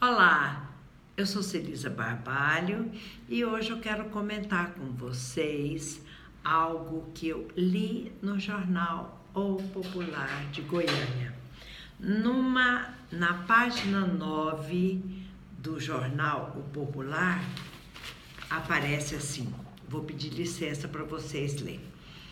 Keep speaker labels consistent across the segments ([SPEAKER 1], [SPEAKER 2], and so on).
[SPEAKER 1] Olá, eu sou Celisa Barbalho e hoje eu quero comentar com vocês algo que eu li no jornal O Popular de Goiânia. Na página 9 do jornal O Popular, aparece assim, vou pedir licença para vocês lerem.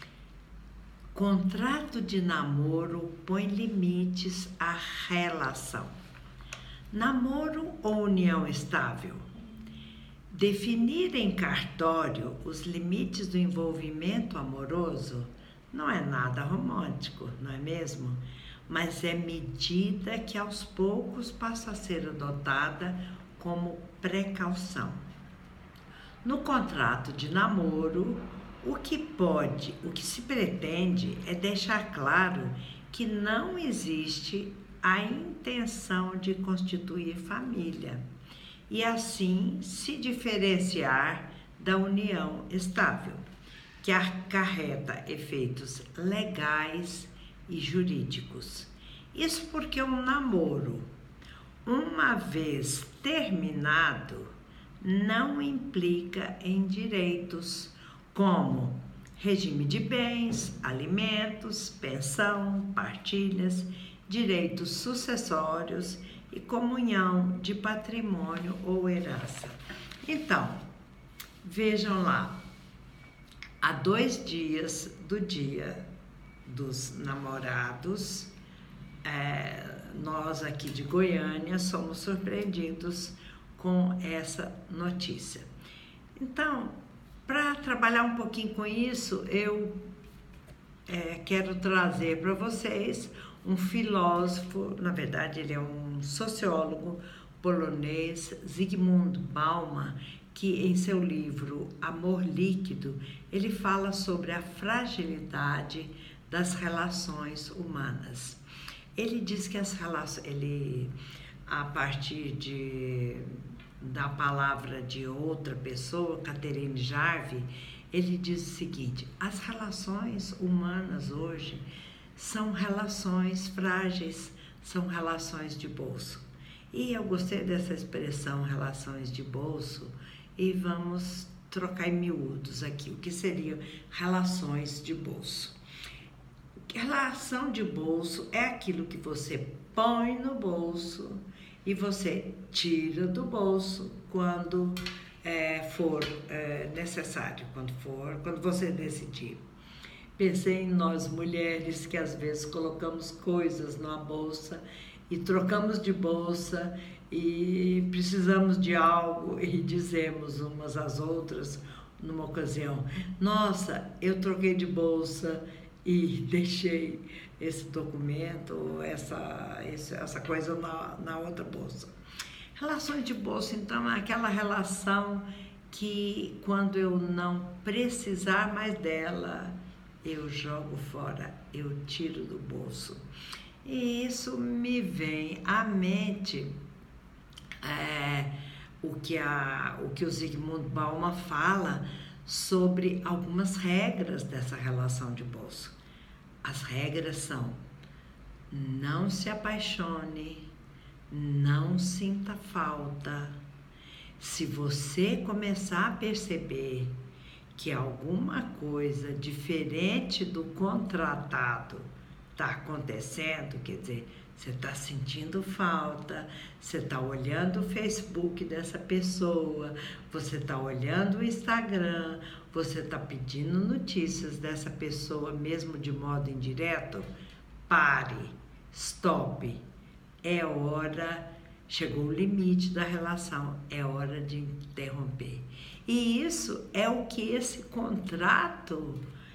[SPEAKER 1] Contrato de namoro põe limites à relação. Namoro ou união estável? Definir em cartório os limites do envolvimento amoroso não é nada romântico, não é mesmo? Mas é medida que aos poucos passa a ser adotada como precaução. No contrato de namoro, o que se pretende é deixar claro que não existe a intenção de constituir família e assim se diferenciar da união estável, que acarreta efeitos legais e jurídicos. Isso porque um namoro, uma vez terminado, não implica em direitos como regime de bens, alimentos, pensão, partilhas, direitos sucessórios e comunhão de patrimônio ou herança. Então, vejam lá, há 2 dias do Dia dos Namorados, nós aqui de Goiânia somos surpreendidos com essa notícia. Então, para trabalhar um pouquinho com isso, eu quero trazer para vocês um filósofo, na verdade ele é um sociólogo polonês, Zygmunt Bauman, que em seu livro Amor Líquido, ele fala sobre a fragilidade das relações humanas. Ele diz que as relações, a partir da palavra de outra pessoa, Catherine Jarve, ele diz o seguinte: as relações humanas hoje são relações frágeis, são relações de bolso. E eu gostei dessa expressão, relações de bolso, e vamos trocar em miúdos aqui, o que seriam relações de bolso. Relação de bolso é aquilo que você põe no bolso e você tira do bolso quando for necessário, quando você decidir. Pensei em nós mulheres que às vezes colocamos coisas numa bolsa e trocamos de bolsa e precisamos de algo e dizemos umas às outras numa ocasião: nossa, eu troquei de bolsa e deixei esse documento, essa coisa na outra bolsa. Relações de bolso, então, é aquela relação que quando eu não precisar mais dela, eu jogo fora, eu tiro do bolso. E isso me vem à mente o que o Zygmunt Bauman fala sobre algumas regras dessa relação de bolso. As regras são: não se apaixone, não sinta falta. Se você começar a perceber que alguma coisa diferente do contratado está acontecendo, quer dizer, você está sentindo falta, você está olhando o Facebook dessa pessoa, você está olhando o Instagram, você está pedindo notícias dessa pessoa, mesmo de modo indireto, pare, stop, é hora, chegou o limite da relação, é hora de interromper. E isso é o que esse contrato,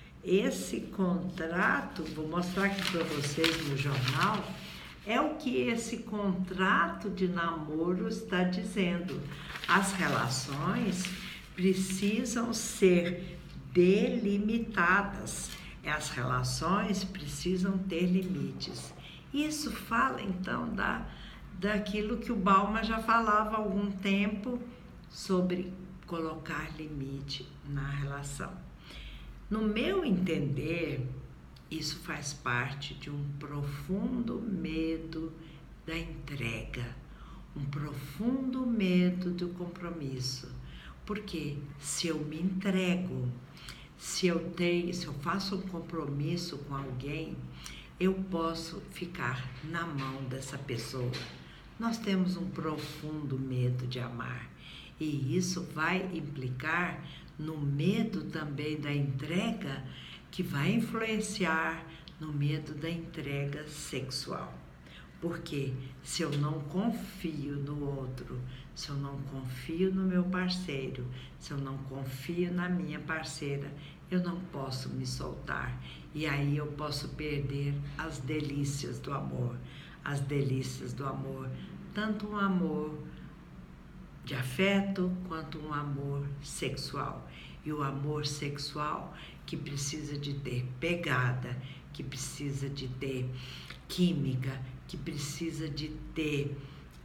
[SPEAKER 1] vou mostrar aqui para vocês no jornal, é o que esse contrato de namoro está dizendo. As relações precisam ser delimitadas, as relações precisam ter limites. Isso fala então daquilo que o Bauman já falava há algum tempo sobre colocar limite na relação. No meu entender, isso faz parte de um profundo medo da entrega, um profundo medo do compromisso. Porque se eu me entrego, se eu faço um compromisso com alguém, eu posso ficar na mão dessa pessoa. Nós temos um profundo medo de amar e isso vai implicar no medo também da entrega, que vai influenciar no medo da entrega sexual. Porque se eu não confio no outro, se eu não confio no meu parceiro, se eu não confio na minha parceira, eu não posso me soltar. E aí eu posso perder as delícias do amor. As delícias do amor, tanto um amor de afeto quanto um amor sexual. E o amor sexual que precisa de ter pegada, que precisa de ter química, que precisa de ter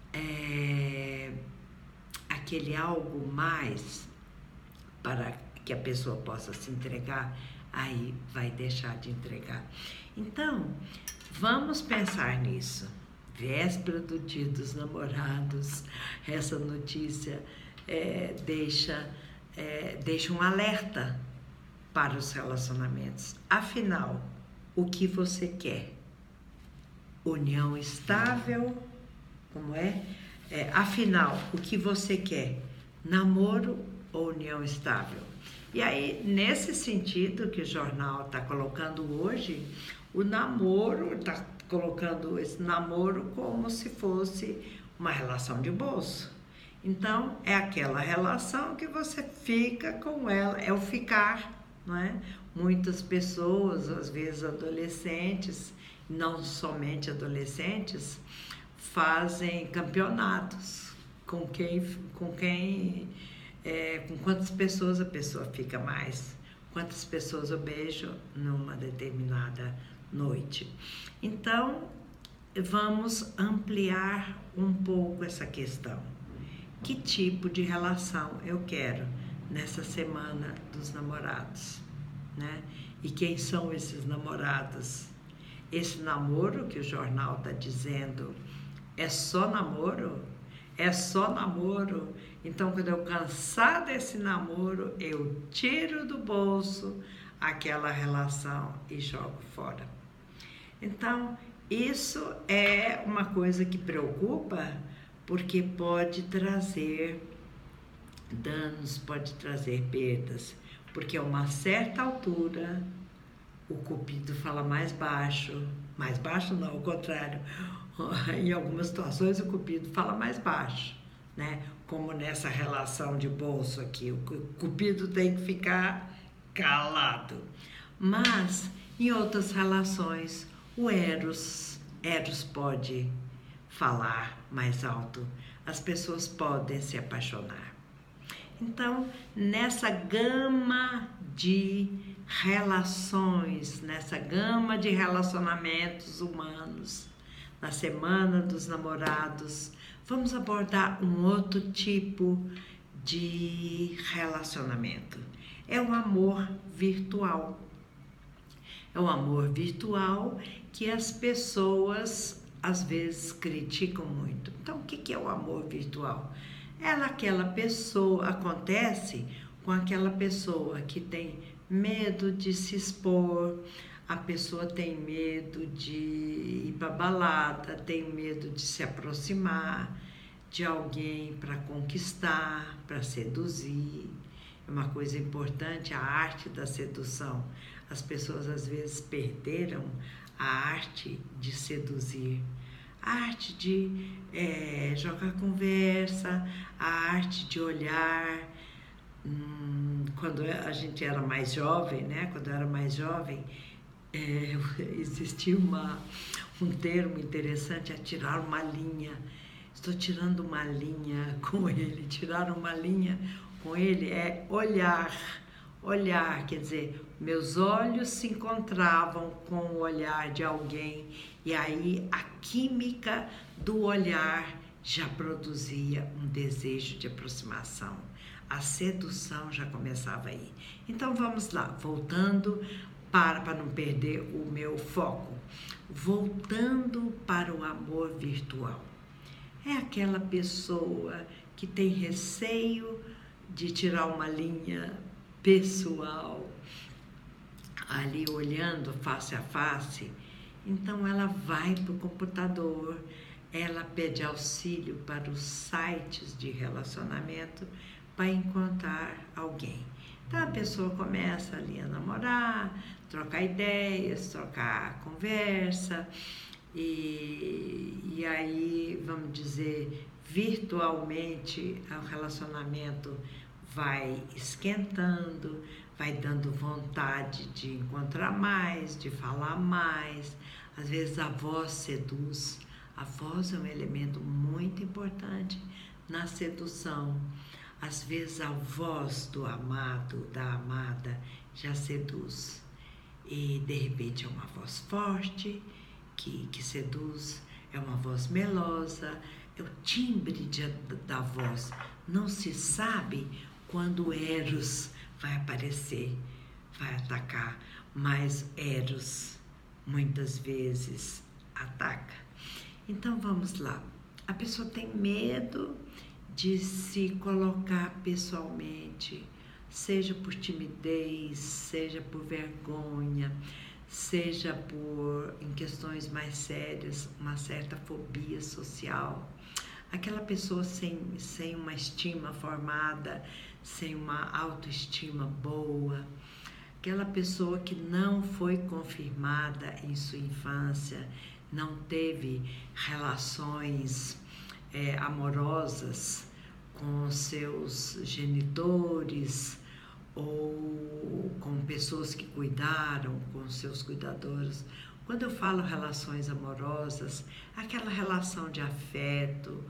[SPEAKER 1] aquele algo mais para que a pessoa possa se entregar, aí vai deixar de entregar. Então, vamos pensar nisso. Véspera do Dia dos Namorados, essa notícia deixa um alerta para os relacionamentos. Afinal, o que você quer? União estável? Como é? Afinal, o que você quer? Namoro ou união estável? E aí, nesse sentido que o jornal está colocando hoje, o namoro está colocando esse namoro como se fosse uma relação de bolso. Então, é aquela relação que você fica com ela, é o ficar, não é? Muitas pessoas, às vezes adolescentes, não somente adolescentes, fazem campeonatos com quantas pessoas a pessoa fica mais, quantas pessoas eu beijo numa determinada noite. Então, vamos ampliar um pouco essa questão. Que tipo de relação eu quero nessa semana dos namorados, né? E quem são esses namorados? Esse namoro que o jornal está dizendo é só namoro? É só namoro? Então, quando eu cansar desse namoro, eu tiro do bolso aquela relação e jogo fora. Então, isso é uma coisa que preocupa, porque pode trazer danos, pode trazer perdas, porque a uma certa altura o cupido fala mais baixo não, ao contrário, em algumas situações o cupido fala mais baixo, né? Como nessa relação de bolso aqui, o cupido tem que ficar calado, mas em outras relações o Eros pode falar mais alto, as pessoas podem se apaixonar. Então, nessa gama de relações, nessa gama de relacionamentos humanos, na Semana dos Namorados, vamos abordar um outro tipo de relacionamento. É o amor virtual. É o amor virtual que as pessoas às vezes criticam muito. Então, o que é o amor virtual? Acontece com aquela pessoa que tem medo de se expor, a pessoa tem medo de ir para balada, tem medo de se aproximar de alguém para conquistar, para seduzir. É uma coisa importante, a arte da sedução. As pessoas às vezes perderam a arte de seduzir, a arte de jogar conversa, a arte de olhar. Quando a gente era mais jovem, né? Quando eu era mais jovem, existia um termo interessante, tirar uma linha. Estou tirando uma linha com ele. Tirar uma linha com ele é olhar. Olhar, quer dizer, meus olhos se encontravam com o olhar de alguém e aí a química do olhar já produzia um desejo de aproximação. A sedução já começava aí. Então vamos lá, voltando para não perder o meu foco. Voltando para o amor virtual. É aquela pessoa que tem receio de tirar uma linha pessoal ali olhando face a face. Então ela vai para o computador, ela pede auxílio para os sites de relacionamento para encontrar alguém. Então a pessoa começa ali a namorar, trocar ideias, trocar conversa, e aí, vamos dizer, virtualmente o relacionamento vai esquentando, vai dando vontade de encontrar mais, de falar mais. Às vezes a voz seduz. A voz é um elemento muito importante na sedução. Às vezes a voz do amado, da amada, já seduz. E de repente é uma voz forte que seduz, é uma voz melosa, é o timbre da voz. Não se sabe quando Eros vai aparecer, vai atacar, mas Eros muitas vezes ataca. Então vamos lá. A pessoa tem medo de se colocar pessoalmente, seja por timidez, seja por vergonha, seja em questões mais sérias, uma certa fobia social. Aquela pessoa sem uma estima formada, sem uma autoestima boa, aquela pessoa que não foi confirmada em sua infância, não teve relações amorosas com seus genitores ou com pessoas que cuidaram, com seus cuidadores. Quando eu falo relações amorosas, aquela relação de afeto,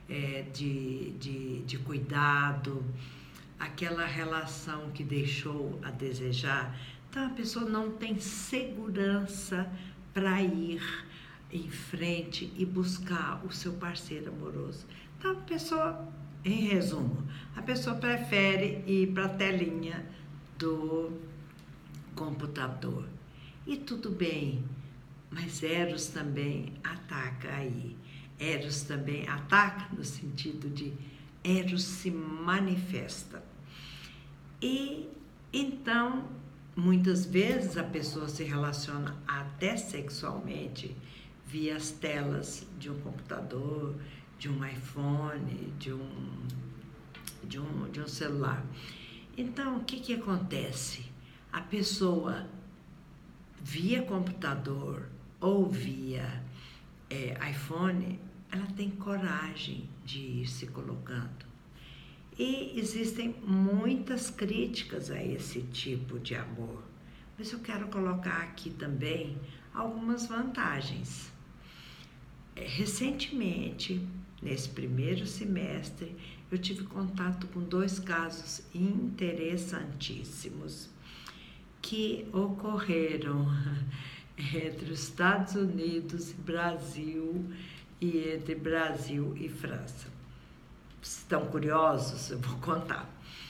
[SPEAKER 1] de cuidado, aquela relação que deixou a desejar. Então a pessoa não tem segurança para ir em frente e buscar o seu parceiro amoroso. Então a pessoa, em resumo, a pessoa prefere ir para a telinha do computador. E tudo bem, mas Eros também ataca aí. Eros também ataca no sentido de Eros se manifesta. E então, muitas vezes a pessoa se relaciona até sexualmente via as telas de um computador, de um iPhone, de um celular. Então, o que acontece? A pessoa via computador ou via iPhone, ela tem coragem de ir se colocando. E existem muitas críticas a esse tipo de amor. Mas eu quero colocar aqui também algumas vantagens. Recentemente, nesse primeiro semestre, eu tive contato com 2 casos interessantíssimos que ocorreram entre os Estados Unidos e Brasil e entre Brasil e França. Estão curiosos? Eu vou contar.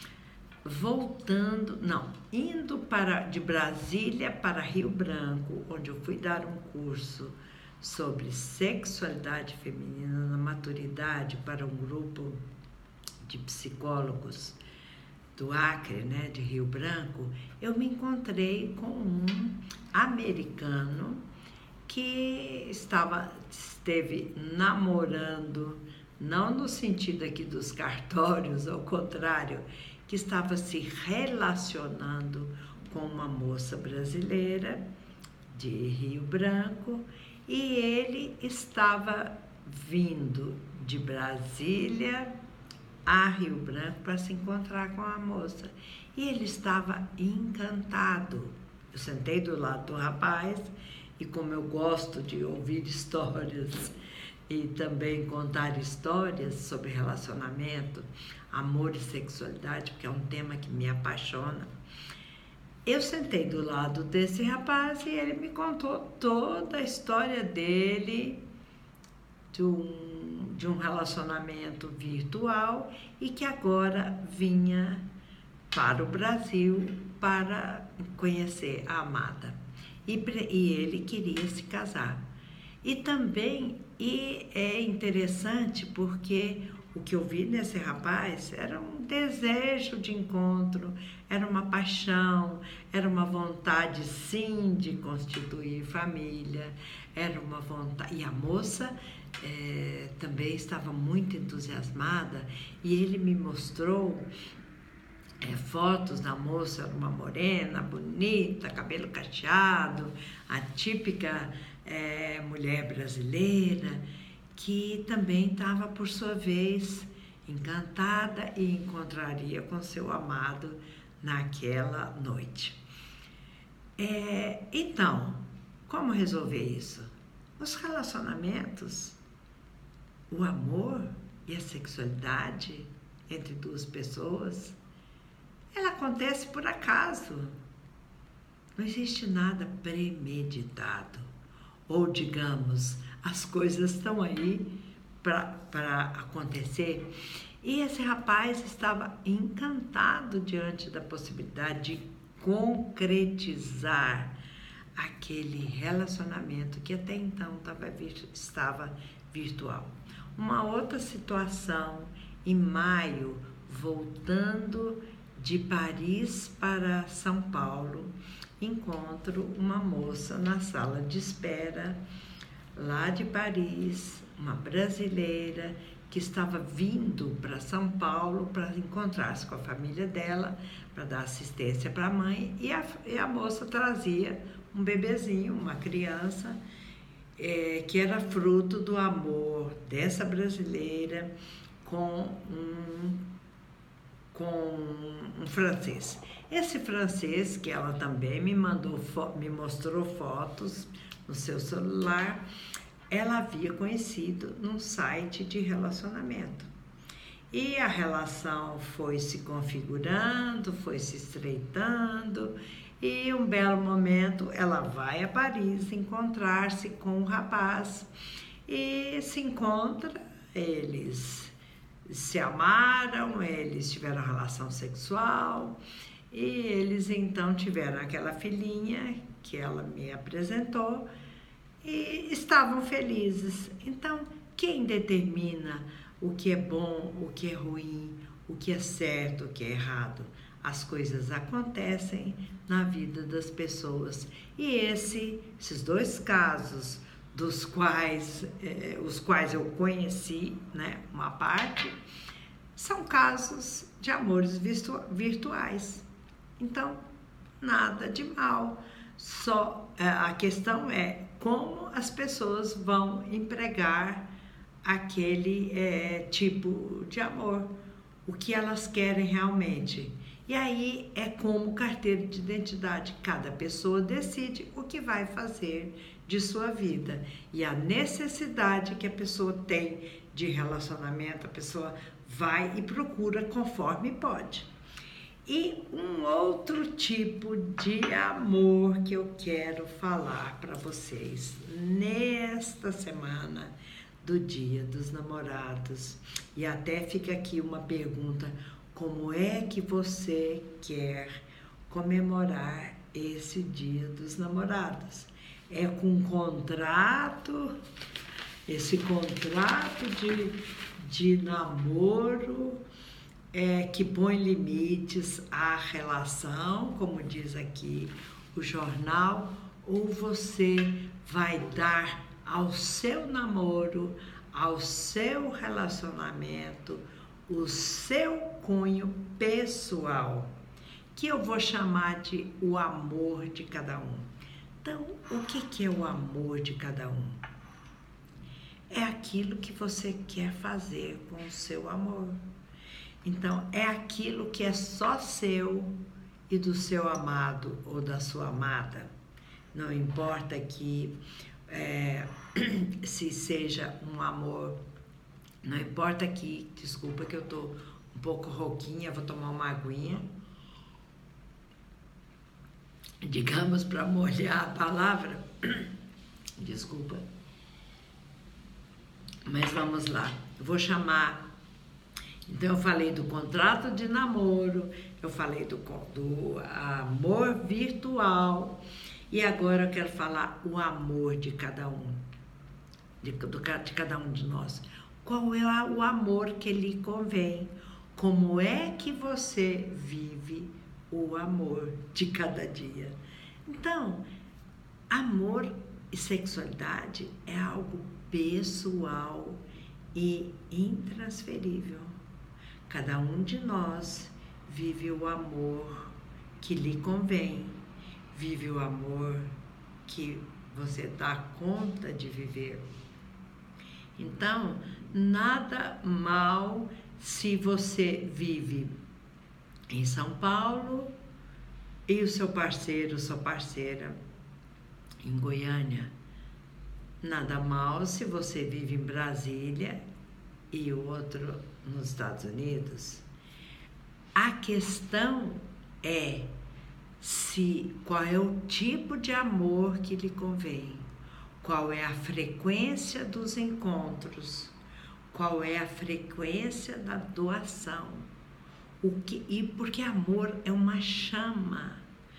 [SPEAKER 1] Indo de Brasília para Rio Branco, onde eu fui dar um curso sobre sexualidade feminina na maturidade para um grupo de psicólogos do Acre, né, de Rio Branco, eu me encontrei com um americano que esteve namorando, não no sentido aqui dos cartórios, ao contrário, que estava se relacionando com uma moça brasileira de Rio Branco, e ele estava vindo de Brasília a Rio Branco para se encontrar com a moça. E ele estava encantado. Eu sentei do lado do rapaz e, como eu gosto de ouvir histórias e também contar histórias sobre relacionamento, amor e sexualidade, porque é um tema que me apaixona, eu sentei do lado desse rapaz e ele me contou toda a história dele, de um relacionamento virtual, e que agora vinha para o Brasil para conhecer a amada. E ele queria se casar. E também E é interessante porque o que eu vi nesse rapaz era um desejo de encontro, era uma paixão, era uma vontade sim de constituir família, era uma vontade. E a moça também estava muito entusiasmada e ele me mostrou fotos da moça, uma morena, bonita, cabelo cacheado, a típica mulher brasileira, que também estava, por sua vez, encantada e encontraria com seu amado naquela noite. Então, como resolver isso? Os relacionamentos, o amor e a sexualidade entre duas pessoas, ela acontece por acaso. Não existe nada premeditado. Ou, digamos, as coisas estão aí para acontecer. E esse rapaz estava encantado diante da possibilidade de concretizar aquele relacionamento que até então estava virtual. Uma outra situação, em maio, voltando de Paris para São Paulo, encontro uma moça na sala de espera lá de Paris, uma brasileira que estava vindo para São Paulo para encontrar-se com a família dela, para dar assistência para a mãe, e a moça trazia um bebezinho, uma criança, que era fruto do amor dessa brasileira com um francês. Esse francês, que ela também me mostrou fotos no seu celular, ela havia conhecido num site de relacionamento. E a relação foi se configurando, foi se estreitando, e um belo momento ela vai a Paris encontrar-se com o rapaz e se encontra, eles se amaram, eles tiveram relação sexual e eles então tiveram aquela filhinha que ela me apresentou e estavam felizes. Então, quem determina o que é bom, o que é ruim, o que é certo, o que é errado? As coisas acontecem na vida das pessoas. E esses dois casos, os quais eu conheci, né, uma parte, são casos de amores virtuais. Então, nada de mal. Só a questão é como as pessoas vão empregar aquele tipo de amor, o que elas querem realmente. E aí é como carteira de identidade, cada pessoa decide o que vai fazer de sua vida. E a necessidade que a pessoa tem de relacionamento, a pessoa vai e procura conforme pode. E um outro tipo de amor que eu quero falar para vocês nesta semana do Dia dos Namorados. E até fica aqui uma pergunta: como é que você quer comemorar esse Dia dos Namorados? É com esse contrato de namoro que põe limites à relação, como diz aqui o jornal, ou você vai dar ao seu namoro, ao seu relacionamento, o seu cunho pessoal, que eu vou chamar de o amor de cada um. Então, o que é o amor de cada um? É aquilo que você quer fazer com o seu amor. Então, é aquilo que é só seu e do seu amado ou da sua amada. Não importa que se seja um amor, não importa que, desculpa que eu tô um pouco rouquinha, vou tomar uma aguinha, digamos, para molhar a palavra, desculpa, mas vamos lá, eu vou chamar. Então, eu falei do contrato de namoro, eu falei do amor virtual, e agora eu quero falar o amor de cada um. de cada um de nós. Qual é o amor que lhe convém? Como é que você vive o amor de cada dia? Então, amor e sexualidade é algo pessoal e intransferível. Cada um de nós vive o amor que lhe convém, vive o amor que você dá conta de viver. Então, nada mal se você vive em São Paulo e o seu parceiro, sua parceira em Goiânia. Nada mal se você vive em Brasília e o outro nos Estados Unidos. A questão é qual é o tipo de amor que lhe convém, qual é a frequência dos encontros, qual é a frequência da doação. Porque amor é uma chama.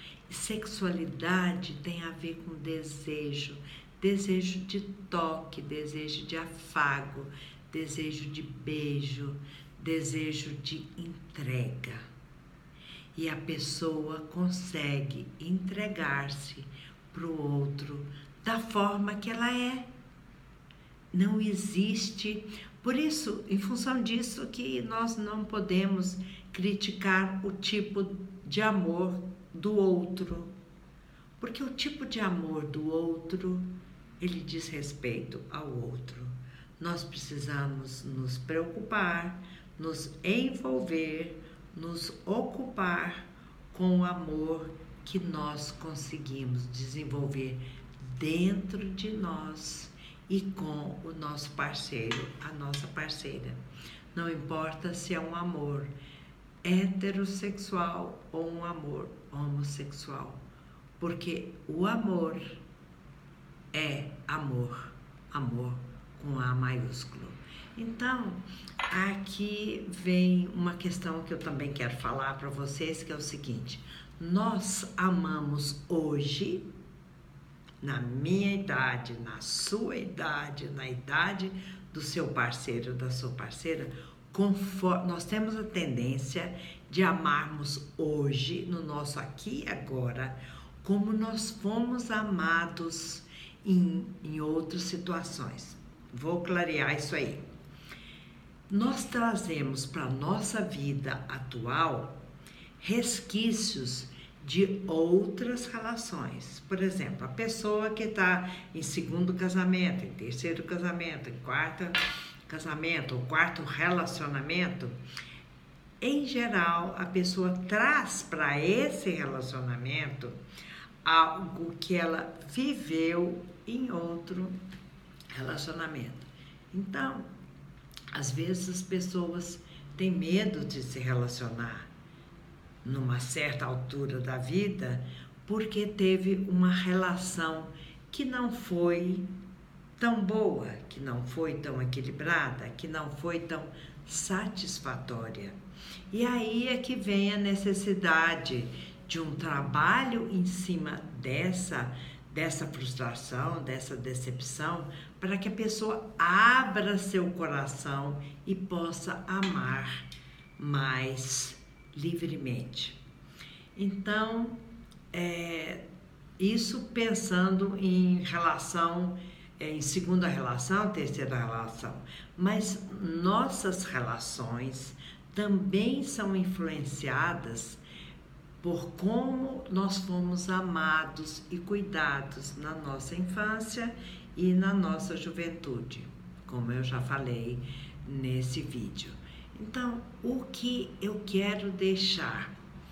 [SPEAKER 1] Sexualidade tem a ver com desejo de toque, desejo de afago, desejo de beijo, desejo de entrega. E a pessoa consegue entregar-se para o outro da forma que ela é. Não existe. Por isso, em função disso, que nós não podemos criticar o tipo de amor do outro. Porque o tipo de amor do outro, ele diz respeito ao outro. Nós precisamos nos preocupar, nos envolver, nos ocupar com o amor que nós conseguimos desenvolver dentro de nós e com o nosso parceiro, a nossa parceira. Não importa se é um amor heterossexual ou um amor homossexual, porque o amor é amor, amor com A maiúsculo. Então, aqui vem uma questão que eu também quero falar para vocês, que é o seguinte: nós amamos hoje, na minha idade, na sua idade, na idade do seu parceiro, da sua parceira, conforme nós temos a tendência de amarmos hoje, no nosso aqui e agora, como nós fomos amados em outras situações. Vou clarear isso aí. Nós trazemos para a nossa vida atual resquícios de outras relações. Por exemplo, a pessoa que está em segundo casamento, em terceiro casamento, em quarto casamento ou quarto relacionamento, em geral, a pessoa traz para esse relacionamento algo que ela viveu em outro relacionamento. Então, às vezes as pessoas têm medo de se relacionar numa certa altura da vida porque teve uma relação que não foi tão boa, que não foi tão equilibrada, que não foi tão satisfatória. E aí é que vem a necessidade de um trabalho em cima dessa frustração, dessa decepção, para que a pessoa abra seu coração e possa amar mais livremente. Então, isso pensando em relação, em segunda relação, terceira relação, mas nossas relações também são influenciadas por como nós fomos amados e cuidados na nossa infância e na nossa juventude, como eu já falei nesse vídeo. Então, o que eu quero deixar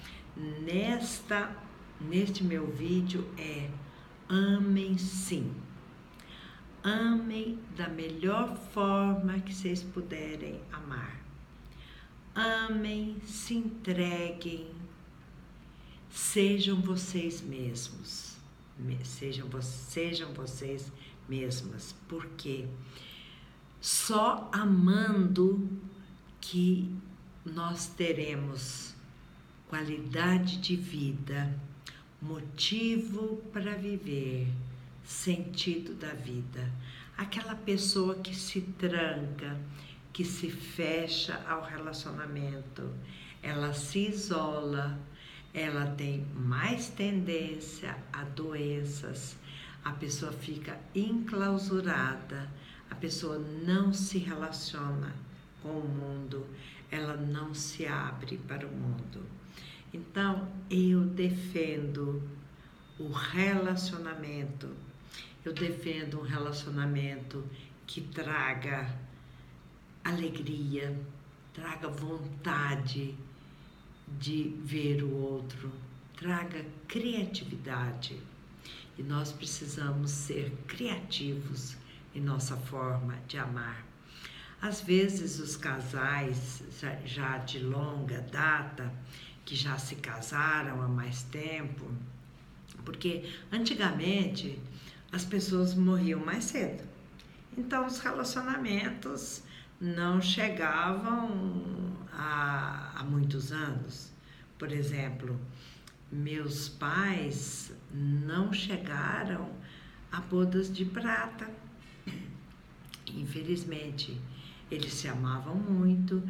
[SPEAKER 1] neste meu vídeo é: amem sim. Amem da melhor forma que vocês puderem amar. Amem, se entreguem, sejam vocês mesmos. Sejam vocês mesmas, porque só amando que nós teremos qualidade de vida, motivo para viver, sentido da vida. aquela pessoa que se tranca, que se fecha ao relacionamento, ela se isola, ela tem mais tendência a doenças, a pessoa fica enclausurada, a pessoa não se relaciona com o mundo, ela não se abre para o mundo. Então, eu defendo o relacionamento, eu defendo um relacionamento que traga alegria, traga vontade de ver o outro, traga criatividade. E nós precisamos ser criativos em nossa forma de amar. Às vezes os casais já de longa data, que já se casaram há mais tempo, porque antigamente as pessoas morriam mais cedo. Então os relacionamentos não chegavam a muitos anos. Por exemplo, meus pais não chegaram a bodas de prata. Infelizmente, eles se amavam muito,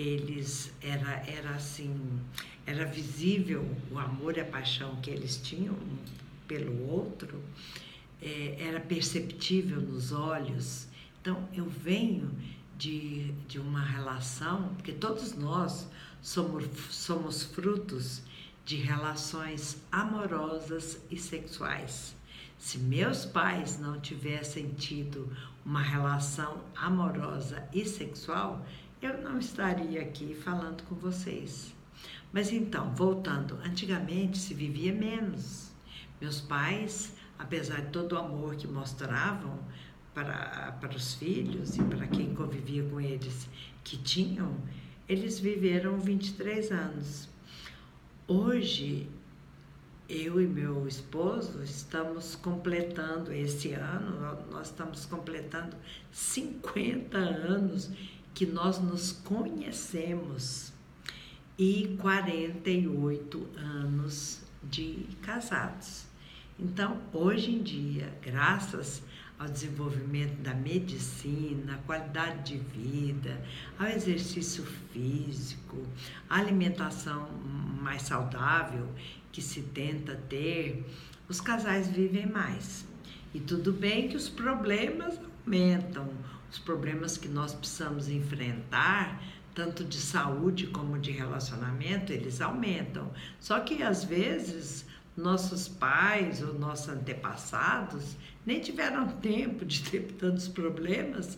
[SPEAKER 1] era visível o amor e a paixão que eles tinham um pelo outro, era perceptível nos olhos. Então, eu venho de uma relação, porque todos nós somos frutos de relações amorosas e sexuais. Se meus pais não tivessem tido uma relação amorosa e sexual, eu não estaria aqui falando com vocês. Mas então, voltando, antigamente se vivia menos. Meus pais, apesar de todo o amor que mostravam para os filhos e para quem convivia com eles que tinham, eles viveram 23 anos. Hoje, eu e meu esposo estamos completando esse ano, nós estamos completando 50 anos que nós nos conhecemos e 48 anos de casados. Então, hoje em dia, graças ao desenvolvimento da medicina, à qualidade de vida, ao exercício físico, à alimentação mais saudável que se tenta ter, os casais vivem mais. E tudo bem que os problemas aumentam, os problemas que nós precisamos enfrentar, tanto de saúde como de relacionamento, eles aumentam. Só que às vezes nossos pais ou nossos antepassados nem tiveram tempo de ter tantos problemas,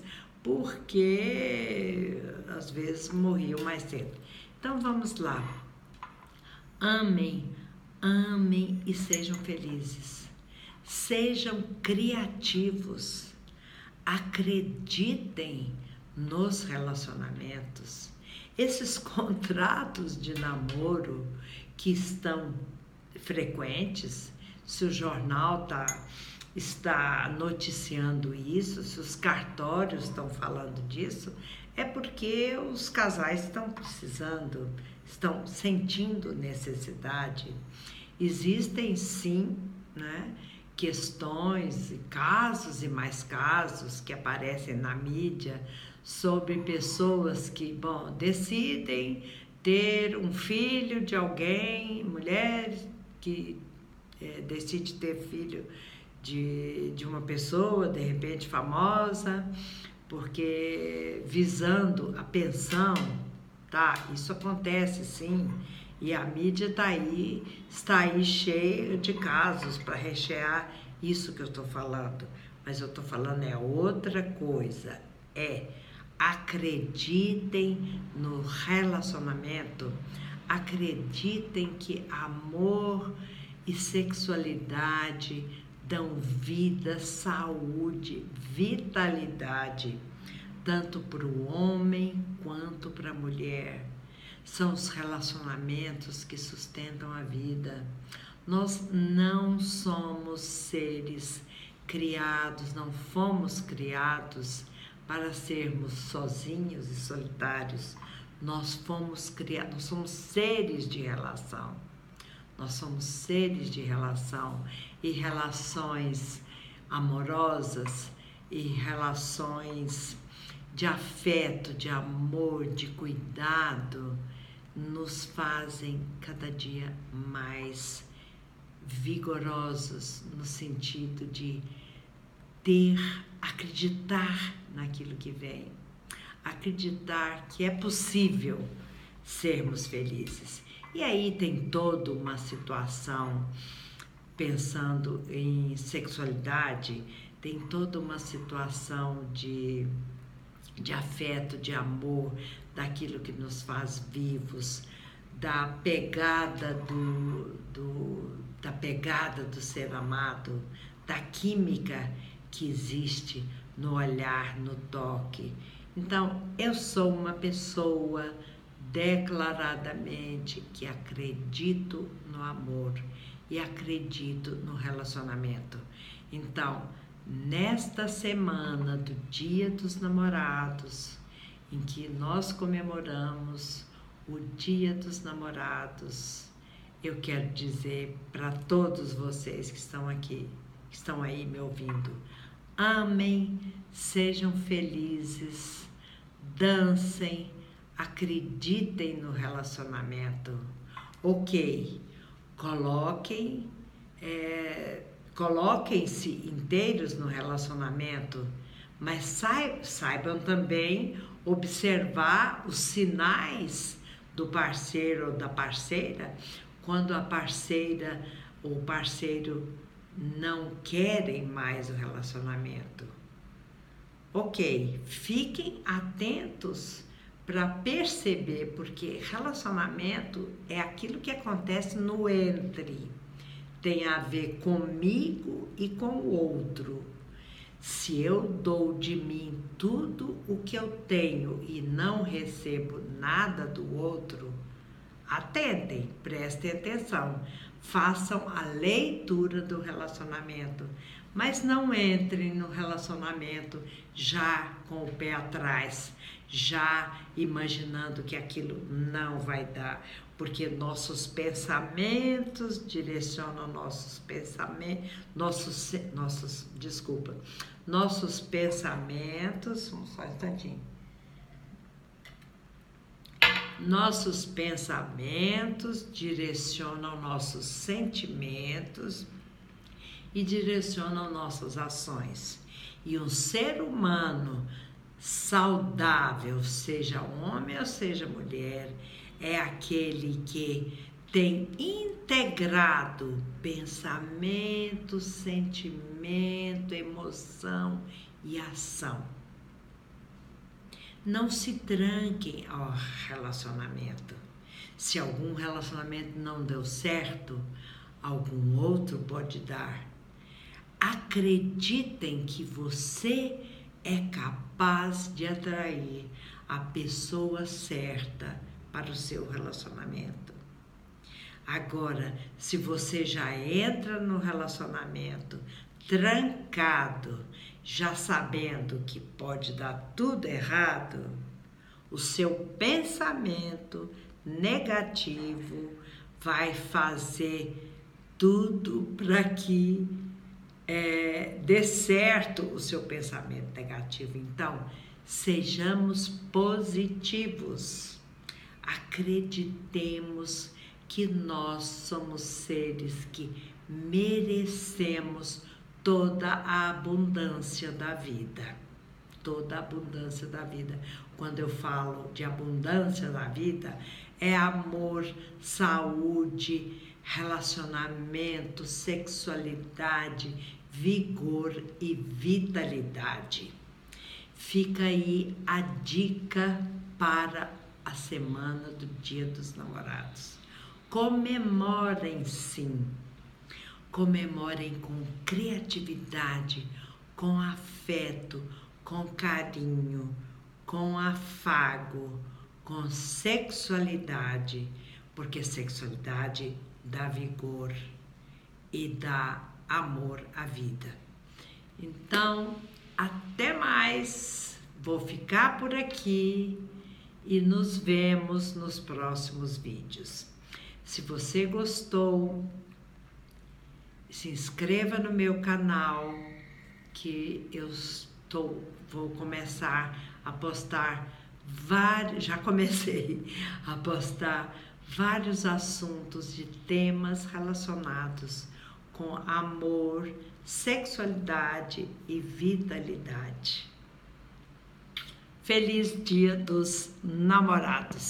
[SPEAKER 1] porque às vezes morriam mais cedo. Então vamos lá. Amem e sejam felizes. Sejam criativos. Acreditem nos relacionamentos. Esses contratos de namoro que estão frequentes, se o jornal está noticiando isso, se os cartórios estão falando disso, é porque os casais estão precisando, estão sentindo necessidade. Existem sim, né, questões, casos e mais casos que aparecem na mídia sobre pessoas que, decidem ter um filho de alguém, mulheres que decide ter filho de uma pessoa, de repente famosa, porque visando a pensão, tá? Isso acontece sim, e a mídia está aí cheia de casos para rechear isso que eu estou falando, mas eu estou falando outra coisa, acreditem no relacionamento, acreditem que amor e sexualidade dão vida, saúde, vitalidade, tanto para o homem quanto para a mulher. São os relacionamentos que sustentam a vida. Nós não somos seres criados, não fomos criados para sermos sozinhos e solitários. Nós fomos criados, nós somos seres de relação. Nós somos seres de relação, e relações amorosas, e relações de afeto, de amor, de cuidado, nos fazem cada dia mais vigorosos no sentido de acreditar naquilo que vem, acreditar que é possível sermos felizes. E aí tem toda uma situação, pensando em sexualidade, tem toda uma situação de afeto, de amor, daquilo que nos faz vivos, da pegada do ser amado, da química que existe no olhar, no toque. Então, eu sou uma pessoa declaradamente que acredito no amor e acredito no relacionamento. Então, nesta semana do Dia dos Namorados, em que nós comemoramos o Dia dos Namorados, eu quero dizer para todos vocês que estão aqui, que estão aí me ouvindo, amem, sejam felizes, dancem, acreditem no relacionamento. Ok, coloquem-se inteiros no relacionamento, mas saibam também observar os sinais do parceiro ou da parceira, quando a parceira ou o parceiro não querem mais o relacionamento. Ok, fiquem atentos para perceber, porque relacionamento é aquilo que acontece no entre, tem a ver comigo e com o outro. Se eu dou de mim tudo o que eu tenho e não recebo nada do outro, atentem, prestem atenção, façam a leitura do relacionamento, mas não entrem no relacionamento já com o pé atrás, já imaginando que aquilo não vai dar, porque nossos pensamentos direcionam nossos pensamentos, nossos pensamentos, só um instantinho. Nossos pensamentos direcionam nossos sentimentos e direcionam nossas ações. E um ser humano saudável, seja homem ou seja mulher, é aquele que tem integrado pensamento, sentimento, emoção e ação. Não se tranquem ao relacionamento. Se algum relacionamento não deu certo, algum outro pode dar. Acreditem que você é capaz de atrair a pessoa certa para o seu relacionamento. Agora, se você já entra no relacionamento trancado, já sabendo que pode dar tudo errado, o seu pensamento negativo vai fazer tudo para que dê certo o seu pensamento negativo. Então, sejamos positivos. Acreditemos que nós somos seres que merecemos toda a abundância da vida. Toda a abundância da vida. Quando eu falo de abundância da vida, é amor, saúde, relacionamento, sexualidade, vigor e vitalidade. Fica aí a dica para a semana do Dia dos Namorados. Comemorem sim. Comemorem com criatividade, com afeto, com carinho, com afago, com sexualidade, porque sexualidade dá vigor e dá amor à vida. Então, até mais, vou ficar por aqui e nos vemos nos próximos vídeos. Se você gostou, se inscreva no meu canal, que eu vou começar a postar já comecei a postar vários assuntos de temas relacionados com amor, sexualidade e vitalidade. Feliz Dia dos Namorados!